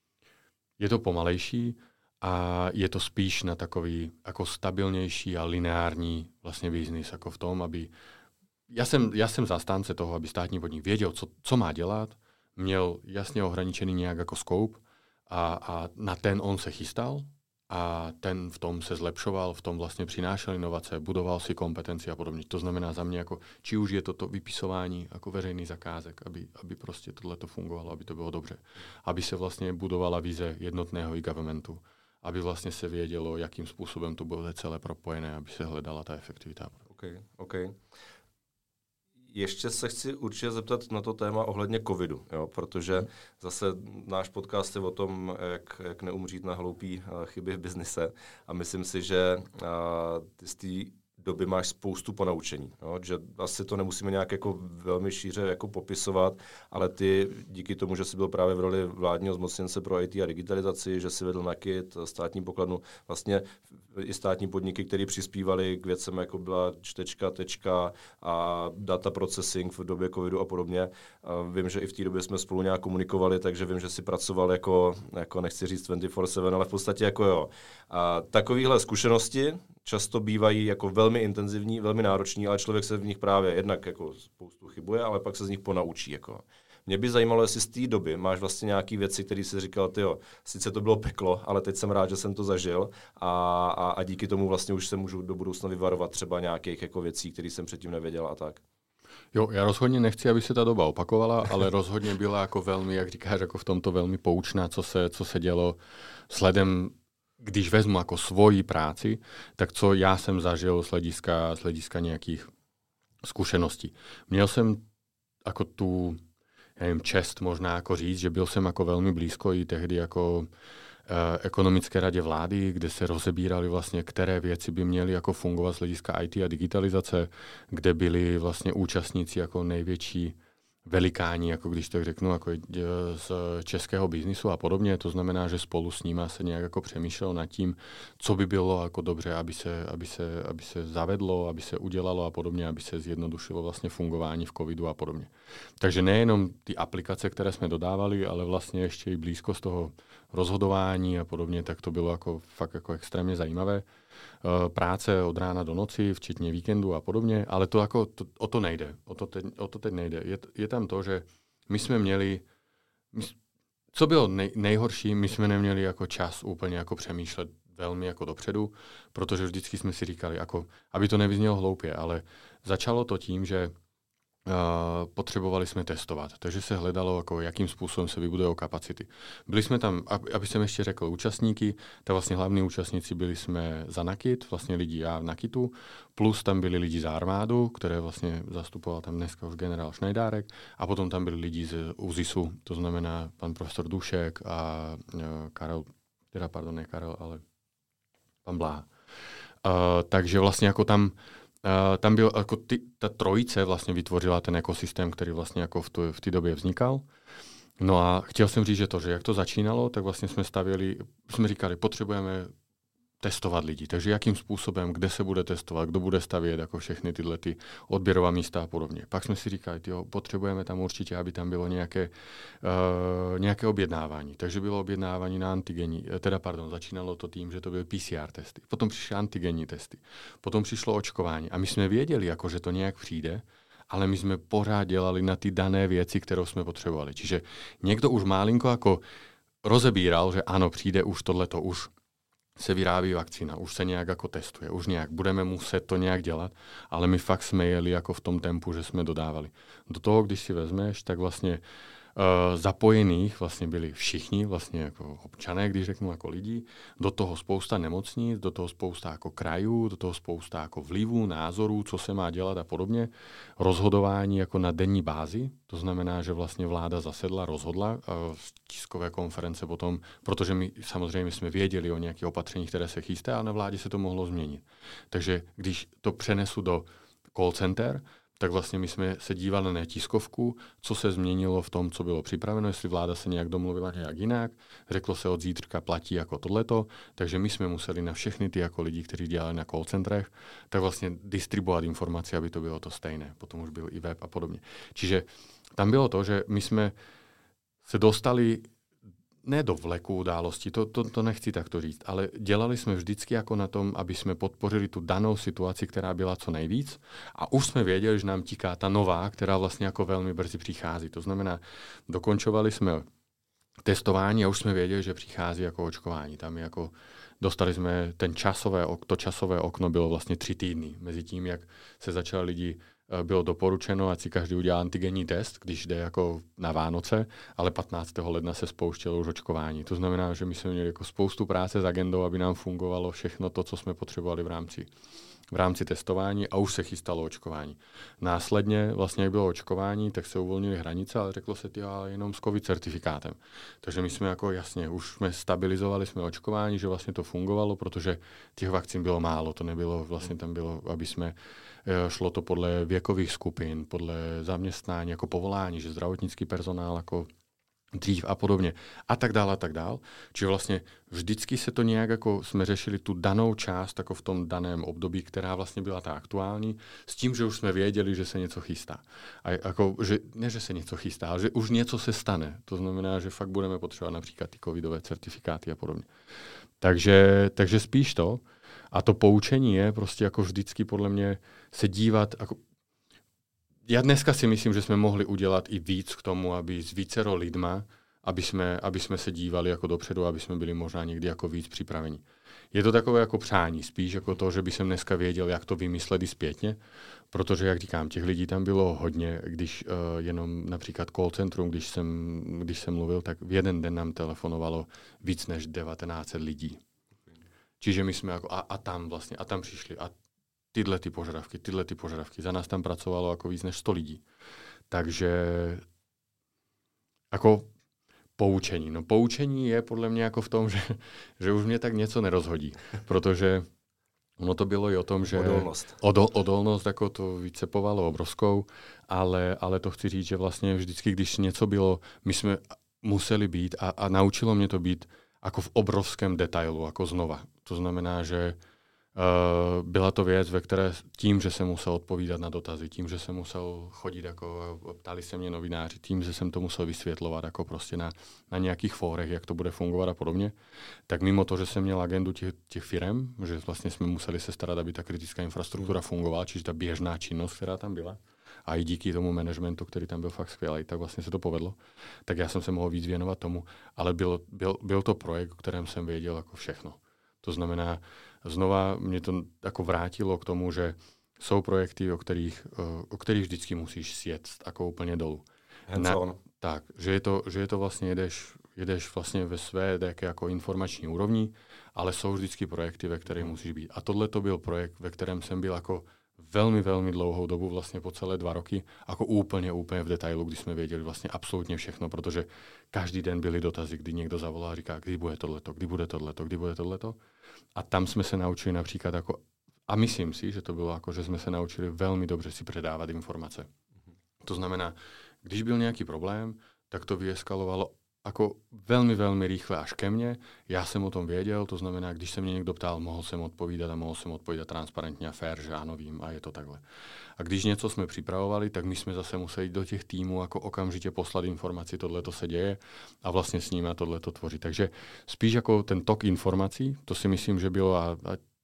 pomalejší, a je to spíš na takový jako stabilnější a lineární vlastně biznis, jako v tom, aby... Já jsem zastánce toho, aby státní podnik věděl, co má dělat, měl jasně ohraničený nějak jako scope a na ten on se chystal a ten v tom se zlepšoval, v tom vlastně přinášel inovace, budoval si kompetenci a podobně. To znamená za mě, jako, či už je to vypisování jako veřejných zakázek, aby prostě tohleto fungovalo, aby to bylo dobře. Aby se vlastně budovala vize jednotného e-governmentu, aby vlastně se vědělo, jakým způsobem to bude celé propojené, aby se hledala ta efektivita. OK. Ještě se chci určitě zeptat na to téma ohledně covidu, jo, protože zase náš podcast je o tom, jak neumřít na hloupý chyby v biznise a myslím si, že ty z té doby máš spoustu ponaučení. Jo? Že asi to nemusíme nějak jako velmi šíře jako popisovat, ale ty díky tomu, že jsi byl právě v roli vládního zmocněnce pro IT a digitalizaci, že jsi vedl NAKIT, státní pokladnu, vlastně i státní podniky, které přispívaly k věcem, jako byla čtečka, tečka a data processing v době covidu a podobně. A vím, že i v té době jsme spolu nějak komunikovali, takže vím, že jsi pracoval jako nechci říct 24/7, ale v podstatě jako jo. A takovéhle zkušenosti často bývají jako velmi intenzivní, velmi nároční, ale člověk se v nich právě jednak jako spoustu chybuje, ale pak se z nich ponaučí. Jako. Mě by zajímalo, jestli z té doby máš vlastně nějaké věci, které jsi říkal, tyjo, sice to bylo peklo, ale teď jsem rád, že jsem to zažil a díky tomu vlastně už se můžu do budoucna vyvarovat třeba nějakých jako věcí, které jsem předtím nevěděl a tak. Jo, já rozhodně nechci, aby se ta doba opakovala, ale rozhodně byla jako velmi, jak říkáš, jako v tomto velmi poučná, co se dělo sledem. Když vezmu jako svoji práci, tak co já jsem zažil z hlediska nějakých zkušeností. Měl jsem jako tu čest možná jako říct, že byl jsem jako velmi blízko i tehdy jako ekonomické radě vlády, kde se rozebírali vlastně, které věci by měly jako fungovat z hlediska IT a digitalizace, kde byli vlastně účastníci jako největší velikáni, jako když tak řeknu, jako z českého biznisu a podobně. To znamená, že spolu s nima se nějak jako přemýšlelo nad tím, co by bylo jako dobře, aby se zavedlo, aby se udělalo a podobně, aby se zjednodušilo vlastně fungování v covidu a podobně. Takže nejenom ty aplikace, které jsme dodávali, ale vlastně ještě i blízkost toho rozhodování a podobně, tak to bylo jako fakt jako extrémně zajímavé. Práce od rána do noci, včetně víkendu a podobně, ale to jako o to nejde. O to teď nejde. Je tam to, že my jsme měli, co bylo nejhorší, my jsme neměli jako čas úplně jako přemýšlet velmi jako dopředu, protože vždycky jsme si říkali, jako, aby to nevyznělo hloupě, ale začalo to tím, že potřebovali jsme testovat, takže se hledalo, jako, jakým způsobem se vybudují kapacity. Byli jsme tam, aby jsem ještě řekl, účastníky, tak vlastně hlavní účastníci byli jsme za Nakit, vlastně lidi já v Nakitu, plus tam byli lidi za armádu, které vlastně zastupoval tam dneska už generál Šnajdárek, a potom tam byli lidi z ÚZISu, to znamená pan profesor Dušek a Karel, teda pardon, ne Karel, ale pan Bláha. Takže vlastně jako tam byl, jako ta trojice vlastně vytvořila ten ekosystém, který vlastně jako v té době vznikal. No a chtěl jsem říct, že jak to začínalo, tak vlastně jsme říkali, potřebujeme testovat lidi. Takže jakým způsobem, kde se bude testovat, kdo bude stavět, jako všechny tyhle ty odběrová místa a podobně. Pak jsme si říkali, potřebujeme tam určitě, aby tam bylo nějaké objednávání. Takže bylo objednávání na antigenní, začínalo to tím, že to byly PCR testy. Potom přišly antigenní testy. Potom přišlo očkování. A my jsme věděli, jako, že to nějak přijde, ale my jsme pořád dělali na ty dané věci, kterou jsme potřebovali. Čiže někdo už malinko jako rozebíral, že ano, přijde už tohleto, už se vyrábí vakcína, už se nějak jako testuje, už nějak budeme muset to nějak dělat, ale my fakt jsme jeli jako v tom tempu, že jsme dodávali. Do toho, když si vezmeš, tak vlastně zapojených vlastně byli všichni, vlastně jako občané, když řeknu jako lidi, do toho spousta nemocnic, do toho spousta jako krajů, do toho spousta jako vlivů, názorů, co se má dělat a podobně. Rozhodování jako na denní bázi, to znamená, že vlastně vláda zasedla, rozhodla v tiskové konference potom, protože my samozřejmě jsme věděli o nějakých opatření, které se chystá, ale na vládě se to mohlo změnit. Takže když to přenesu do call center, tak vlastně my jsme se dívali na tiskovku, co se změnilo v tom, co bylo připraveno, jestli vláda se nějak domluvila nějak jinak, řeklo se od zítřka platí jako tohleto, takže my jsme museli na všechny ty jako lidi, kteří dělali na call centrech, tak vlastně distribuovat informace, aby to bylo to stejné. Potom už byl i web a podobně. Čiže tam bylo to, že my jsme se dostali ne do vleku události, to nechci takto říct, ale dělali jsme vždycky jako na tom, aby jsme podpořili tu danou situaci, která byla co nejvíc, a už jsme věděli, že nám tiká ta nová, která vlastně jako velmi brzy přichází. To znamená, dokončovali jsme testování a už jsme věděli, že přichází jako očkování. Tam jako dostali jsme to časové okno bylo vlastně 3 týdny. Mezi tím, jak se začali lidi, bylo doporučeno, ať si každý udělá antigenní test, když jde jako na Vánoce, ale 15. ledna se spouštělo už očkování. To znamená, že my jsme měli jako spoustu práce s agendou, aby nám fungovalo všechno to, co jsme potřebovali v rámci testování, a už se chystalo očkování. Následně, vlastně jak bylo očkování, tak se uvolnily hranice, ale řeklo se ale jenom s COVID certifikátem. Takže my jsme jako jasně, už jsme stabilizovali jsme očkování, že vlastně to fungovalo, protože těch vakcín bylo málo, to nebylo, vlastně tam bylo, aby jsme, šlo to podle věkových skupin, podle zaměstnání, jako povolání, že zdravotnický personál jako dřív a podobně. A tak dál, a tak dál. Čiže vlastně vždycky se to nějak jako jsme řešili tu danou část jako v tom daném období, která vlastně byla ta aktuální, s tím, že už jsme věděli, že se něco chystá. A jako, že, ne, že se něco chystá, ale že už něco se stane. To znamená, že fakt budeme potřebovat například ty covidové certifikáty a podobně. Takže spíš to. A to poučení je prostě jako vždycky podle mě se dívat, jako já dneska si myslím, že jsme mohli udělat i víc k tomu, aby s vícero lidma, aby jsme se dívali jako dopředu, aby jsme byli možná někdy jako víc připraveni. Je to takové jako přání, spíš jako to, že by jsem dneska věděl, jak to vymyslet i zpětně, protože, jak říkám, těch lidí tam bylo hodně, když jenom například call centrum, když jsem mluvil, tak v jeden den nám telefonovalo víc než 1900 lidí. Čiže my jsme jako a tam přišli a tyhle ty požadavky. Za nás tam pracovalo jako víc než 100 lidí. Takže jako poučení. No poučení je podle mě jako v tom, že už mě tak něco nerozhodí. Protože Ono to bylo i o tom, že odolnost jako to vycepovalo obrovskou, ale to chci říct, že vlastně vždycky, když něco bylo, my jsme museli být a naučilo mě to být jako v obrovském detailu, jako znova. To znamená, že byla to věc, ve které tím, že jsem musel odpovídat na dotazy, tím, že jsem musel chodit, jako ptali se mě novináři, tím, že jsem to musel vysvětlovat jako prostě na nějakých fórech, jak to bude fungovat a podobně, tak mimo to, že jsem měl agendu těch firem, že vlastně jsme museli se starat, aby ta kritická infrastruktura fungovala, čiže ta běžná činnost, která tam byla, a i díky tomu managementu, který tam byl fakt skvělý, tak vlastně se to povedlo. Tak já jsem se mohl víc věnovat tomu, ale byl to projekt, o kterém jsem věděl jako všechno. To znamená, znova mě to jako vrátilo k tomu, že jsou projekty, o kterých vždycky musíš sjet jako úplně dolů. Tak, že je to vlastně jedeš vlastně ve své jako informační úrovni, ale jsou vždycky projekty, ve kterých musíš být. A tohle to byl projekt, ve kterém jsem byl jako velmi, velmi dlouhou dobu, vlastně po celé 2 roky, jako úplně v detailu, kdy jsme věděli vlastně absolutně všechno, protože každý den byly dotazy, kdy někdo zavolá a říká, kdy bude tohleto. A tam jsme se naučili například jako, a myslím si, že to bylo jako, že jsme se naučili velmi dobře si předávat informace. To znamená, když byl nějaký problém, tak to vyeskalovalo jako velmi, velmi rychle až ke mně. Já jsem o tom věděl, to znamená, když se mě někdo ptal, mohl jsem odpovídat transparentně a fair, že ano, vím a je to takhle. A když něco jsme připravovali, tak my jsme zase museli do těch týmů jako okamžitě poslat informaci, tohleto se děje a vlastně s nimi tohleto tvořit. Takže spíš jako ten tok informací, to si myslím, že bylo a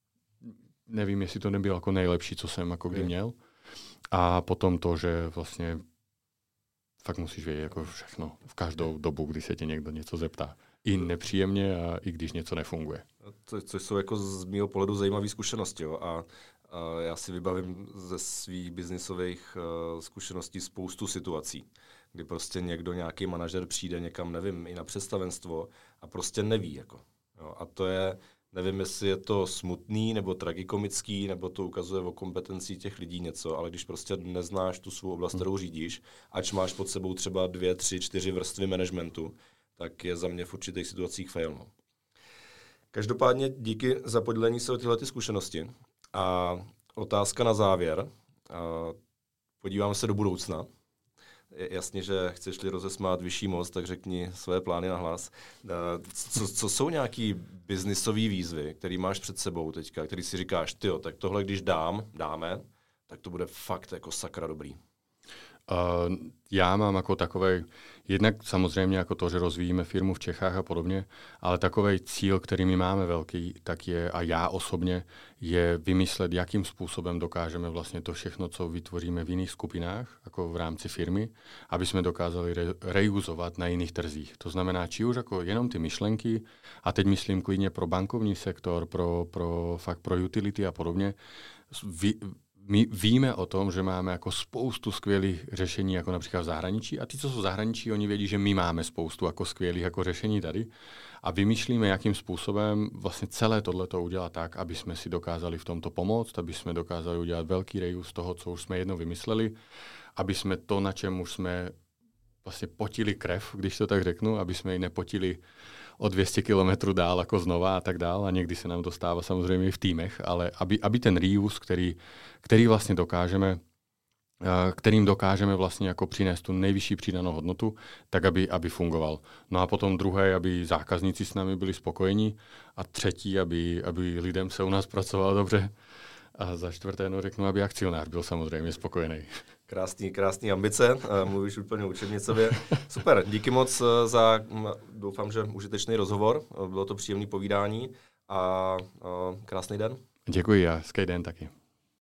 nevím, jestli to nebylo jako nejlepší, co jsem jako kdy měl. A potom to, že vlastně fakt musíš vědět jako všechno v každou dobu, kdy se tě někdo něco zeptá. I nepříjemně a i když něco nefunguje. Což jsou jako z mého pohledu zajímavé zkušenosti. Jo? A já si vybavím ze svých biznisových zkušeností spoustu situací, kdy prostě nějaký manažer přijde někam, nevím, i na představenstvo a prostě neví. Jako. Jo? A to je, nevím, jestli je to smutný, nebo tragikomický, nebo to ukazuje o kompetenci těch lidí něco, ale když prostě neznáš tu svou oblast, kterou řídíš, ač máš pod sebou třeba 2, 3, 4 vrstvy managementu, tak je za mě v určitých situacích fail. No. Každopádně díky za podělení se o tyhle zkušenosti. A otázka na závěr. Podíváme se do budoucna. Je jasně, že chceš-li rozesmát vyšší most, tak řekni své plány na hlas. Co jsou nějaký biznisové výzvy, které máš před sebou teďka, který si říkáš, tyjo, tak tohle když dáme, tak to bude fakt jako sakra dobrý. Já mám jako takovej, jednak samozřejmě jako to, že rozvíjíme firmu v Čechách a podobně, ale takovej cíl, který my máme velký, tak je, a já osobně, je vymyslet, jakým způsobem dokážeme vlastně to všechno, co vytvoříme v jiných skupinách, jako v rámci firmy, aby jsme dokázali reuzovat na jiných trzích. To znamená, či už jako jenom ty myšlenky, a teď myslím klidně pro bankovní sektor, pro utility a podobně, my víme o tom, že máme jako spoustu skvělých řešení, jako například v zahraničí, a ty, co jsou v zahraničí, oni vědí, že my máme spoustu jako skvělých jako řešení tady a vymýšlíme, jakým způsobem vlastně celé tohleto udělat tak, aby jsme si dokázali v tomto pomoct, aby jsme dokázali udělat velký reuse z toho, co už jsme jednou vymysleli, aby jsme to, na čem už jsme vlastně potili krev, když to tak řeknu, aby jsme ji nepotili o 200 kilometrů dál jako znova a tak dál. A někdy se nám to stává samozřejmě i v týmech, ale aby ten reuse, který vlastně dokážeme, kterým dokážeme vlastně jako přinést tu nejvyšší přidanou hodnotu, tak aby fungoval. No a potom druhé, aby zákazníci s námi byli spokojení a třetí, aby lidem se u nás pracovalo dobře. A za čtvrté, řeknu, aby akcionář byl samozřejmě spokojený. Krásný ambice, mluvíš úplně učebnicově. Super, díky moc za, doufám, že užitečný rozhovor, bylo to příjemné povídání a krásný den. Děkuji a hezký den taky.